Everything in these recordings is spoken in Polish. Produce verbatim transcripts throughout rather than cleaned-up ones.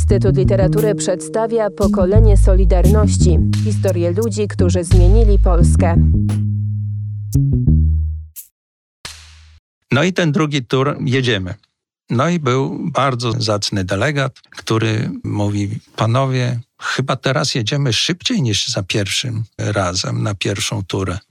Instytut Literatury przedstawia Pokolenie Solidarności. Historię ludzi, którzy zmienili Polskę. No i ten drugi tur jedziemy. No i był bardzo zacny delegat, który mówi: panowie, chyba teraz jedziemy szybciej niż za pierwszym razem, na pierwszą turę.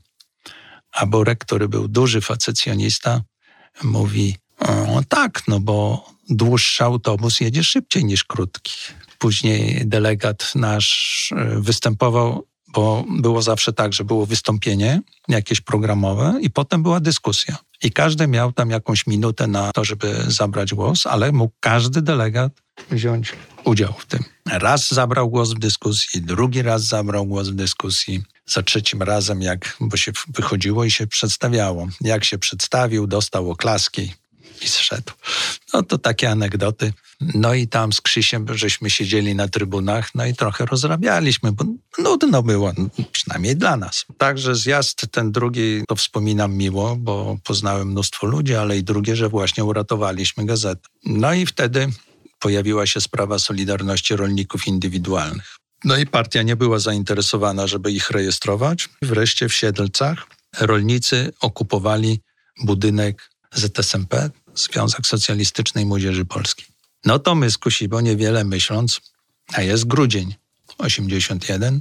A Burek, który był duży facecjonista, mówi: o, tak, no bo dłuższy autobus jedzie szybciej niż krótki. Później delegat nasz występował, bo było zawsze tak, że było wystąpienie jakieś programowe i potem była dyskusja. I każdy miał tam jakąś minutę na to, żeby zabrać głos, ale mógł każdy delegat wziąć udział w tym. Raz zabrał głos w dyskusji, drugi raz zabrał głos w dyskusji. Za trzecim razem, jak, bo się wychodziło i się przedstawiało. Jak się przedstawił, dostał oklaski i zszedł. No to takie anegdoty. No i tam z Krzysiem żeśmy siedzieli na trybunach, no i trochę rozrabialiśmy, bo nudno było, przynajmniej dla nas. Także zjazd ten drugi to wspominam miło, bo poznałem mnóstwo ludzi, ale i drugie, że właśnie uratowaliśmy gazetę. No i wtedy pojawiła się sprawa Solidarności Rolników Indywidualnych. No i partia nie była zainteresowana, żeby ich rejestrować. Wreszcie w Siedlcach rolnicy okupowali budynek Z S M P, Związek Socjalistycznej Młodzieży Polskiej. No to my z Kusibą, niewiele myśląc, a jest grudzień osiemdziesiąty pierwszy,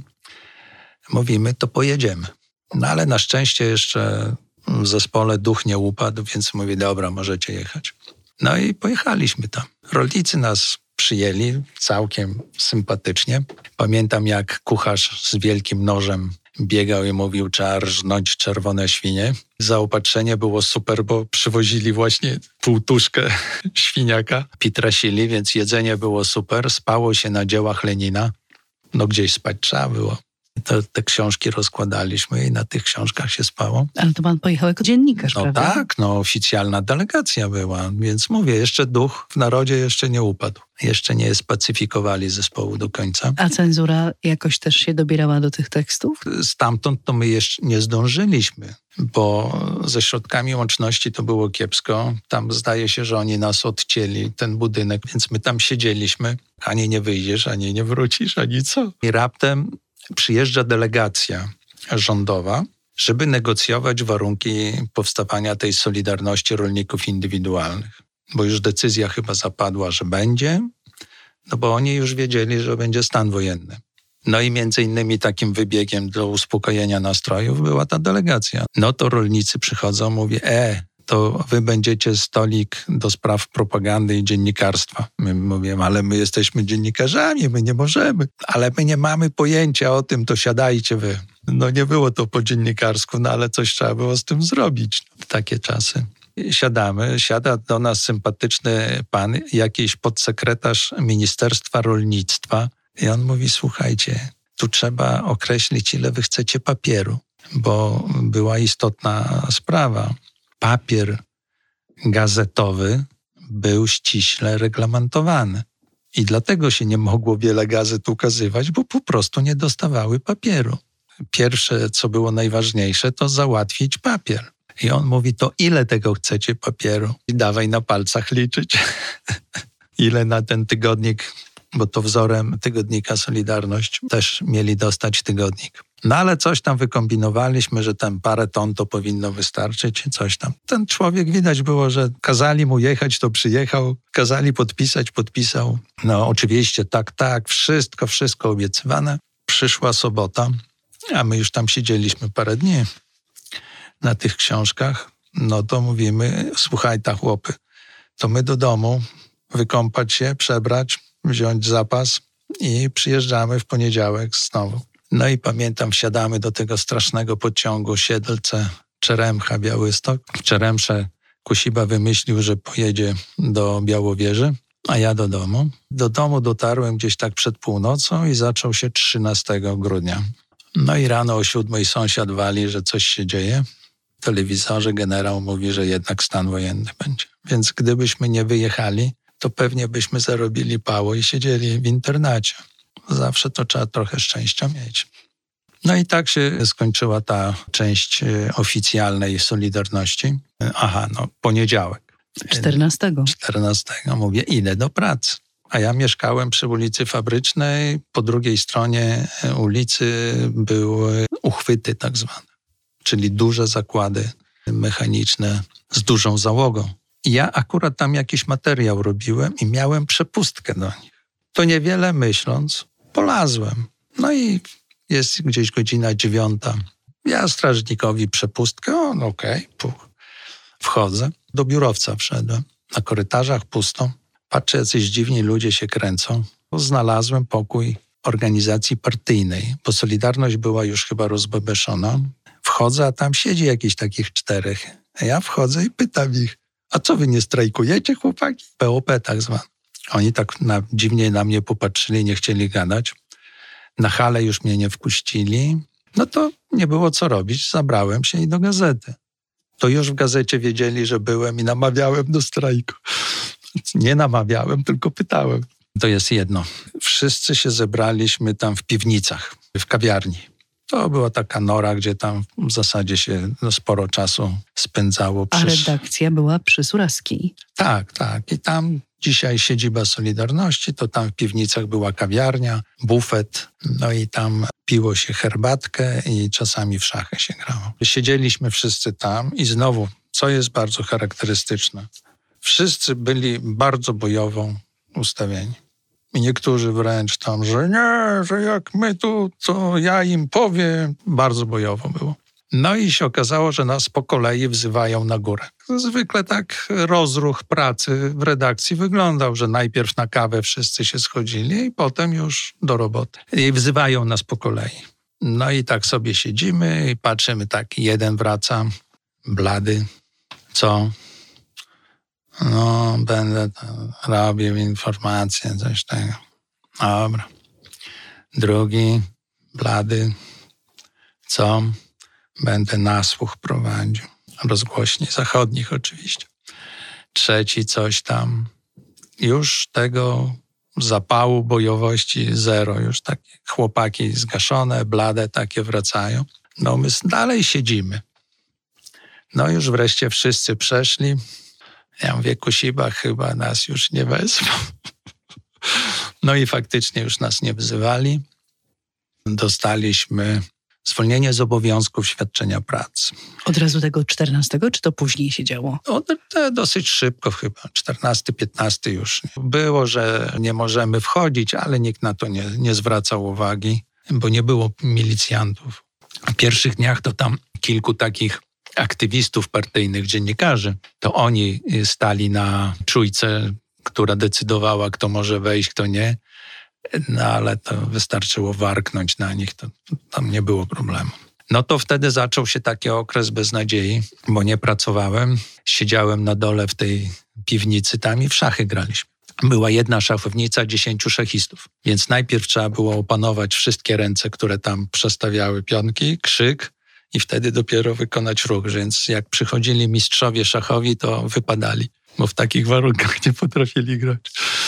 mówimy, to pojedziemy. No ale na szczęście jeszcze w zespole duch nie upadł, więc mówię, dobra, możecie jechać. No i pojechaliśmy tam. Rolnicy nas przyjęli całkiem sympatycznie. Pamiętam, jak kucharz z wielkim nożem biegał i mówił, trzeba rżnąć czerwone świnie. Zaopatrzenie było super, bo przywozili właśnie półtuszkę świniaka. Pitrasili, więc jedzenie było super. Spało się na dziełach Lenina. No gdzieś spać trzeba było. To, te książki rozkładaliśmy i na tych książkach się spało. Ale to pan pojechał jako dziennikarz, no prawda? Tak, no oficjalna delegacja była, więc mówię, jeszcze duch w narodzie jeszcze nie upadł. Jeszcze nie spacyfikowali zespołu do końca. A cenzura jakoś też się dobierała do tych tekstów? Stamtąd to my jeszcze nie zdążyliśmy, bo ze środkami łączności to było kiepsko. Tam zdaje się, że oni nas odcięli, ten budynek, więc my tam siedzieliśmy. Ani nie wyjdziesz, ani nie wrócisz, ani co. I raptem przyjeżdża delegacja rządowa, żeby negocjować warunki powstawania tej Solidarności Rolników Indywidualnych. Bo już decyzja chyba zapadła, że będzie, no bo oni już wiedzieli, że będzie stan wojenny. No i między innymi takim wybiegiem do uspokojenia nastrojów była ta delegacja. No to rolnicy przychodzą, mówię, e, to wy będziecie stolik do spraw propagandy i dziennikarstwa. My mówimy, ale my jesteśmy dziennikarzami, my nie możemy. Ale my nie mamy pojęcia o tym, to siadajcie wy. No nie było to po dziennikarsku, no ale coś trzeba było z tym zrobić. Takie czasy. Siadamy, siada do nas sympatyczny pan, jakiś podsekretarz Ministerstwa Rolnictwa i on mówi, słuchajcie, tu trzeba określić, ile wy chcecie papieru, bo była istotna sprawa. Papier gazetowy był ściśle reglamentowany i dlatego się nie mogło wiele gazet ukazywać, bo po prostu nie dostawały papieru. Pierwsze, co było najważniejsze, to załatwić papier. I on mówi, to ile tego chcecie papieru? I dawaj na palcach liczyć. Ile na ten tygodnik, bo to wzorem tygodnika Solidarność też mieli dostać tygodnik. No ale coś tam wykombinowaliśmy, że tam parę ton to powinno wystarczyć, coś tam. Ten człowiek widać było, że kazali mu jechać, to przyjechał, kazali podpisać, podpisał. No oczywiście tak, tak, wszystko, wszystko obiecywane. Przyszła sobota, a my już tam siedzieliśmy parę dni na tych książkach. No to mówimy, słuchaj ta chłopy, to my do domu wykąpać się, przebrać, wziąć zapas i przyjeżdżamy w poniedziałek znowu. No i pamiętam, wsiadamy do tego strasznego pociągu Siedlce, Czeremcha, Białystok. W Czeremsze Kusiba wymyślił, że pojedzie do Białowieży, a ja do domu. Do domu dotarłem gdzieś tak przed północą i zaczął się trzynastego grudnia. No i rano o siódmej sąsiad wali, że coś się dzieje. W telewizorze generał mówi, że jednak stan wojenny będzie. Więc gdybyśmy nie wyjechali, to pewnie byśmy zarobili pało i siedzieli w internacie. Zawsze to trzeba trochę szczęścia mieć. No i tak się skończyła ta część oficjalnej Solidarności. Aha, no poniedziałek. czternastego. czternastego mówię, idę do pracy. A ja mieszkałem przy ulicy Fabrycznej. Po drugiej stronie ulicy były uchwyty tak zwane, czyli duże zakłady mechaniczne z dużą załogą. I ja akurat tam jakiś materiał robiłem i miałem przepustkę do nich. To niewiele myśląc, polazłem. No i jest gdzieś godzina dziewiąta. Ja strażnikowi przepustkę, o, no okej, okay, wchodzę. Do biurowca wszedłem. Na korytarzach pusto. Patrzę, jacyś dziwni ludzie się kręcą. Znalazłem pokój organizacji partyjnej, bo Solidarność była już chyba rozbebeszona. Wchodzę, a tam siedzi jakichś takich czterech. A ja wchodzę i pytam ich, a co wy nie strajkujecie, chłopaki? P O P tak zwane. Oni tak na, dziwnie na mnie popatrzyli, nie chcieli gadać. Na halę już mnie nie wpuścili. No to nie było co robić. Zabrałem się i do gazety. To już w gazecie wiedzieli, że byłem i namawiałem do strajku. Nie namawiałem, tylko pytałem. To jest jedno. Wszyscy się zebraliśmy tam w piwnicach, w kawiarni. To była taka nora, gdzie tam w zasadzie się no, sporo czasu spędzało. A Przysz... redakcja była przy Surawskiej. Tak, tak. I tam dzisiaj siedziba Solidarności, to tam w piwnicach była kawiarnia, bufet, no i tam piło się herbatkę i czasami w szachy się grało. Siedzieliśmy wszyscy tam i znowu, co jest bardzo charakterystyczne, wszyscy byli bardzo bojowo ustawieni. I niektórzy wręcz tam, że nie, że jak my tu, to ja im powiem. Bardzo bojowo było. No i się okazało, że nas po kolei wzywają na górę. Zwykle tak rozruch pracy w redakcji wyglądał, że najpierw na kawę wszyscy się schodzili i potem już do roboty. I wzywają nas po kolei. No i tak sobie siedzimy i patrzymy, tak jeden wraca, blady. Co? No, będę robił informacje, coś tego. Dobra. Drugi, blady. Co? Będę nasłuch prowadził. Rozgłośni zachodnich oczywiście. Trzeci coś tam. Już tego zapału, bojowości zero. Już takie chłopaki zgaszone, blade takie wracają. No my dalej siedzimy. No już wreszcie wszyscy przeszli. Ja mówię, Kusiba chyba nas już nie wezmą. No i faktycznie już nas nie wzywali. Dostaliśmy zwolnienie z obowiązków świadczenia pracy. Od razu tego czternastego, czy to później się działo? No, to dosyć szybko chyba, czternasty, piętnasty już. Było, że nie możemy wchodzić, ale nikt na to nie, nie zwracał uwagi, bo nie było milicjantów. W pierwszych dniach to tam kilku takich aktywistów partyjnych, dziennikarzy, to oni stali na czujce, która decydowała, kto może wejść, kto nie. No ale to wystarczyło warknąć na nich, to, to tam nie było problemu. No to wtedy zaczął się taki okres beznadziei, bo nie pracowałem. Siedziałem na dole w tej piwnicy tam i w szachy graliśmy. Była jedna szachownica, dziesięciu szachistów. Więc najpierw trzeba było opanować wszystkie ręce, które tam przestawiały pionki, krzyk i wtedy dopiero wykonać ruch. Więc jak przychodzili mistrzowie szachowi, to wypadali, bo w takich warunkach nie potrafili grać.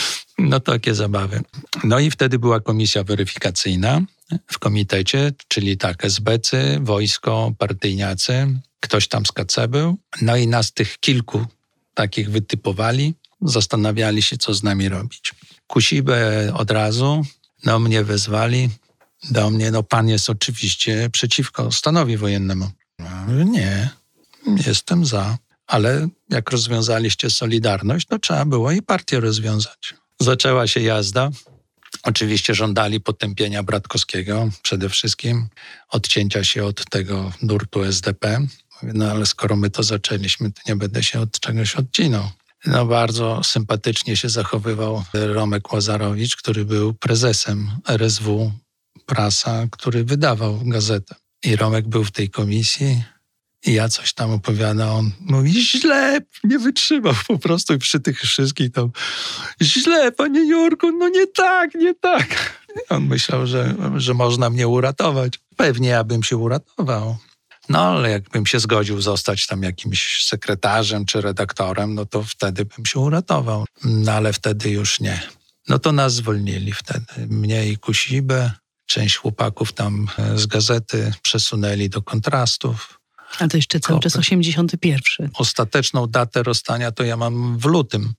No takie zabawy. No i wtedy była komisja weryfikacyjna w komitecie, czyli tak, esbecy, wojsko, partyjniacy, ktoś tam z K C był. No i nas tych kilku takich wytypowali, zastanawiali się, co z nami robić. Kusibę od razu, no mnie wezwali, do mnie, no pan jest oczywiście przeciwko stanowi wojennemu. No, nie, jestem za, ale jak rozwiązaliście Solidarność, to trzeba było i partię rozwiązać. Zaczęła się jazda. Oczywiście żądali potępienia Bratkowskiego przede wszystkim, odcięcia się od tego nurtu S D P. No ale skoro my to zaczęliśmy, to nie będę się od czegoś odcinał. No bardzo sympatycznie się zachowywał Romek Łazarowicz, który był prezesem R S W Prasa, który wydawał gazetę. I Romek był w tej komisji i ja coś tam opowiadam, on mówi źle, nie wytrzymał po prostu i przy tych wszystkich tam źle, panie Jurku, no nie tak, nie tak. On myślał, że, że można mnie uratować. Pewnie ja bym się uratował. No ale jakbym się zgodził zostać tam jakimś sekretarzem czy redaktorem, no to wtedy bym się uratował. No ale wtedy już nie. No to nas zwolnili wtedy. Mnie i Kusibę. Część chłopaków tam z gazety przesunęli do kontrastów. A to jeszcze cały Kopy. czas osiemdziesiąty pierwszy. Ostateczną datę rozstania to ja mam w lutym.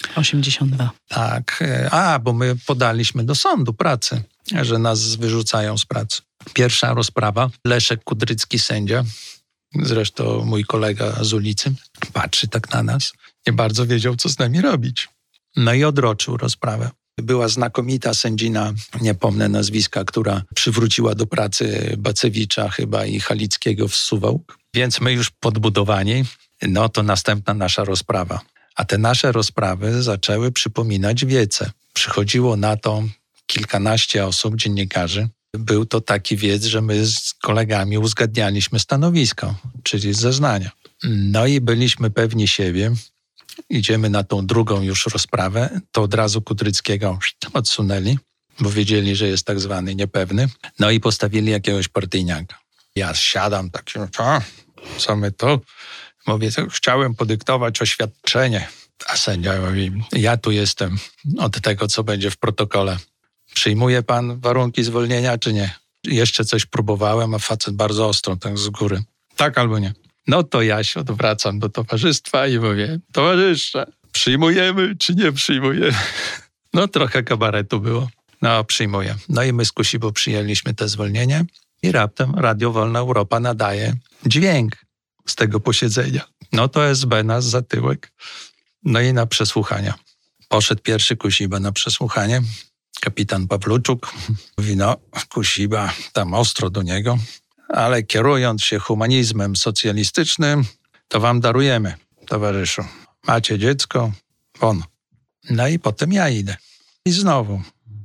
osiemdziesiąt dwa. Tak. A, bo my podaliśmy do sądu pracy, że nas wyrzucają z pracy. Pierwsza rozprawa, Leszek Kudrycki, sędzia, zresztą mój kolega z ulicy, patrzy tak na nas, nie bardzo wiedział, co z nami robić. No i odroczył rozprawę. Była znakomita sędzina, nie pomnę nazwiska, która przywróciła do pracy Bacewicza chyba i Halickiego w Suwałk. Więc my już podbudowani, no to następna nasza rozprawa. A te nasze rozprawy zaczęły przypominać wiece. Przychodziło na to kilkanaście osób, dziennikarzy. Był to taki wiec, że my z kolegami uzgadnialiśmy stanowisko, czyli zeznania. No i byliśmy pewni siebie. Idziemy na tą drugą już rozprawę, to od razu Kudryckiego odsunęli, bo wiedzieli, że jest tak zwany niepewny. No i postawili jakiegoś partyjniaka. Ja siadam tak, co, co my to? Mówię, chciałem podyktować oświadczenie. A sędzia mówi, ja tu jestem od tego, co będzie w protokole. Przyjmuje pan warunki zwolnienia, czy nie? Jeszcze coś próbowałem, a facet bardzo ostro, tak z góry. Tak albo nie? No to ja się odwracam do towarzystwa i mówię, towarzysze, przyjmujemy czy nie przyjmujemy? No trochę kabaretu było. No przyjmuję. No i my z Kusibą przyjęliśmy te zwolnienie i raptem Radio Wolna Europa nadaje dźwięk z tego posiedzenia. No to S B nas za tyłek. No i na przesłuchania. Poszedł pierwszy Kusiba na przesłuchanie. Kapitan Pawluczuk mówi, no Kusiba tam ostro do niego, ale kierując się humanizmem socjalistycznym, to wam darujemy, towarzyszu. Macie dziecko, won. No i potem ja idę. I znowu,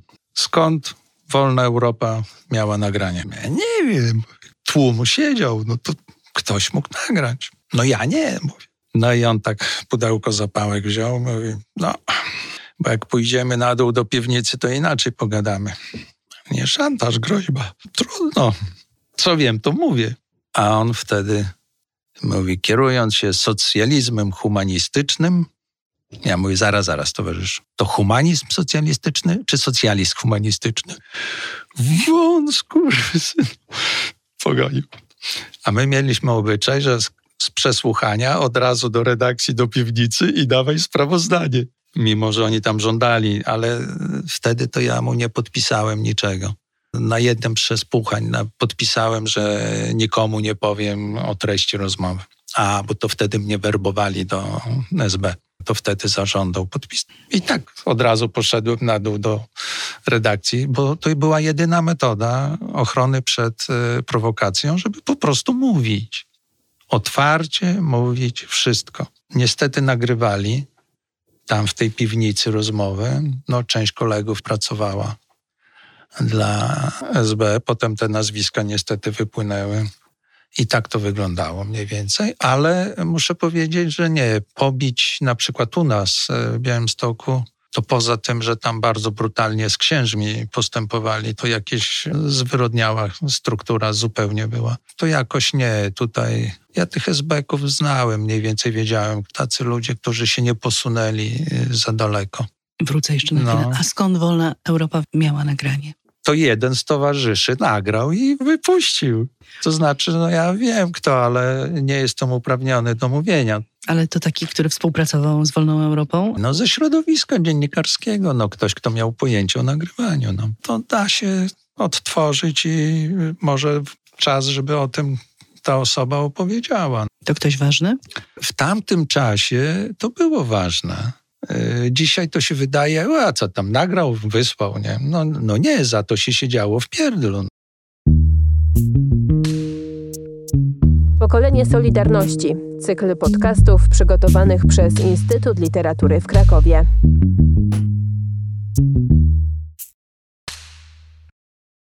skąd Wolna Europa miała nagranie? Ja nie wiem, tłum siedział, no to ktoś mógł nagrać. No ja nie, mówię. No i on tak pudełko zapałek wziął, mówi, no, bo jak pójdziemy na dół do piwnicy, to inaczej pogadamy. Nie szantaż, groźba. Trudno. Co wiem, to mówię. A on wtedy mówi, kierując się socjalizmem humanistycznym, ja mówię, zaraz, zaraz, towarzyszu, to humanizm socjalistyczny czy socjalizm humanistyczny? Won, skurwysyn. Pogonił. A my mieliśmy obyczaj, że z, z przesłuchania od razu do redakcji, do piwnicy i dawaj sprawozdanie. Mimo że oni tam żądali, ale wtedy to ja mu nie podpisałem niczego. Na jednym przesłuchań podpisałem, że nikomu nie powiem o treści rozmowy. A, bo to wtedy mnie werbowali do S B. To wtedy zażądał podpis. I tak od razu poszedłem na dół do redakcji, bo to była jedyna metoda ochrony przed y, prowokacją, żeby po prostu mówić. Otwarcie mówić wszystko. Niestety nagrywali tam w tej piwnicy rozmowy. No, część kolegów pracowała dla S B. Potem te nazwiska niestety wypłynęły. I tak to wyglądało mniej więcej. Ale muszę powiedzieć, że nie. Pobić na przykład u nas w Białymstoku, to poza tym, że tam bardzo brutalnie z księżmi postępowali, to jakieś zwyrodniała struktura zupełnie była. To jakoś nie. Tutaj ja tych es be ków znałem, mniej więcej wiedziałem. Tacy ludzie, którzy się nie posunęli za daleko. Wrócę jeszcze na No. chwilę. A skąd Wolna Europa miała nagranie? To jeden z towarzyszy nagrał i wypuścił. To znaczy, no ja wiem kto, ale nie jestem uprawniony do mówienia. Ale to taki, który współpracował z Wolną Europą? No ze środowiska dziennikarskiego, no ktoś, kto miał pojęcie o nagrywaniu. No. To da się odtworzyć i może czas, żeby o tym ta osoba opowiedziała. To ktoś ważny? W tamtym czasie to było ważne. Dzisiaj to się wydaje, a co tam nagrał, wysłał, nie? No, no nie, za to się siedziało w pierdlu. Pokolenie Solidarności. Cykl podcastów przygotowanych przez Instytut Literatury w Krakowie.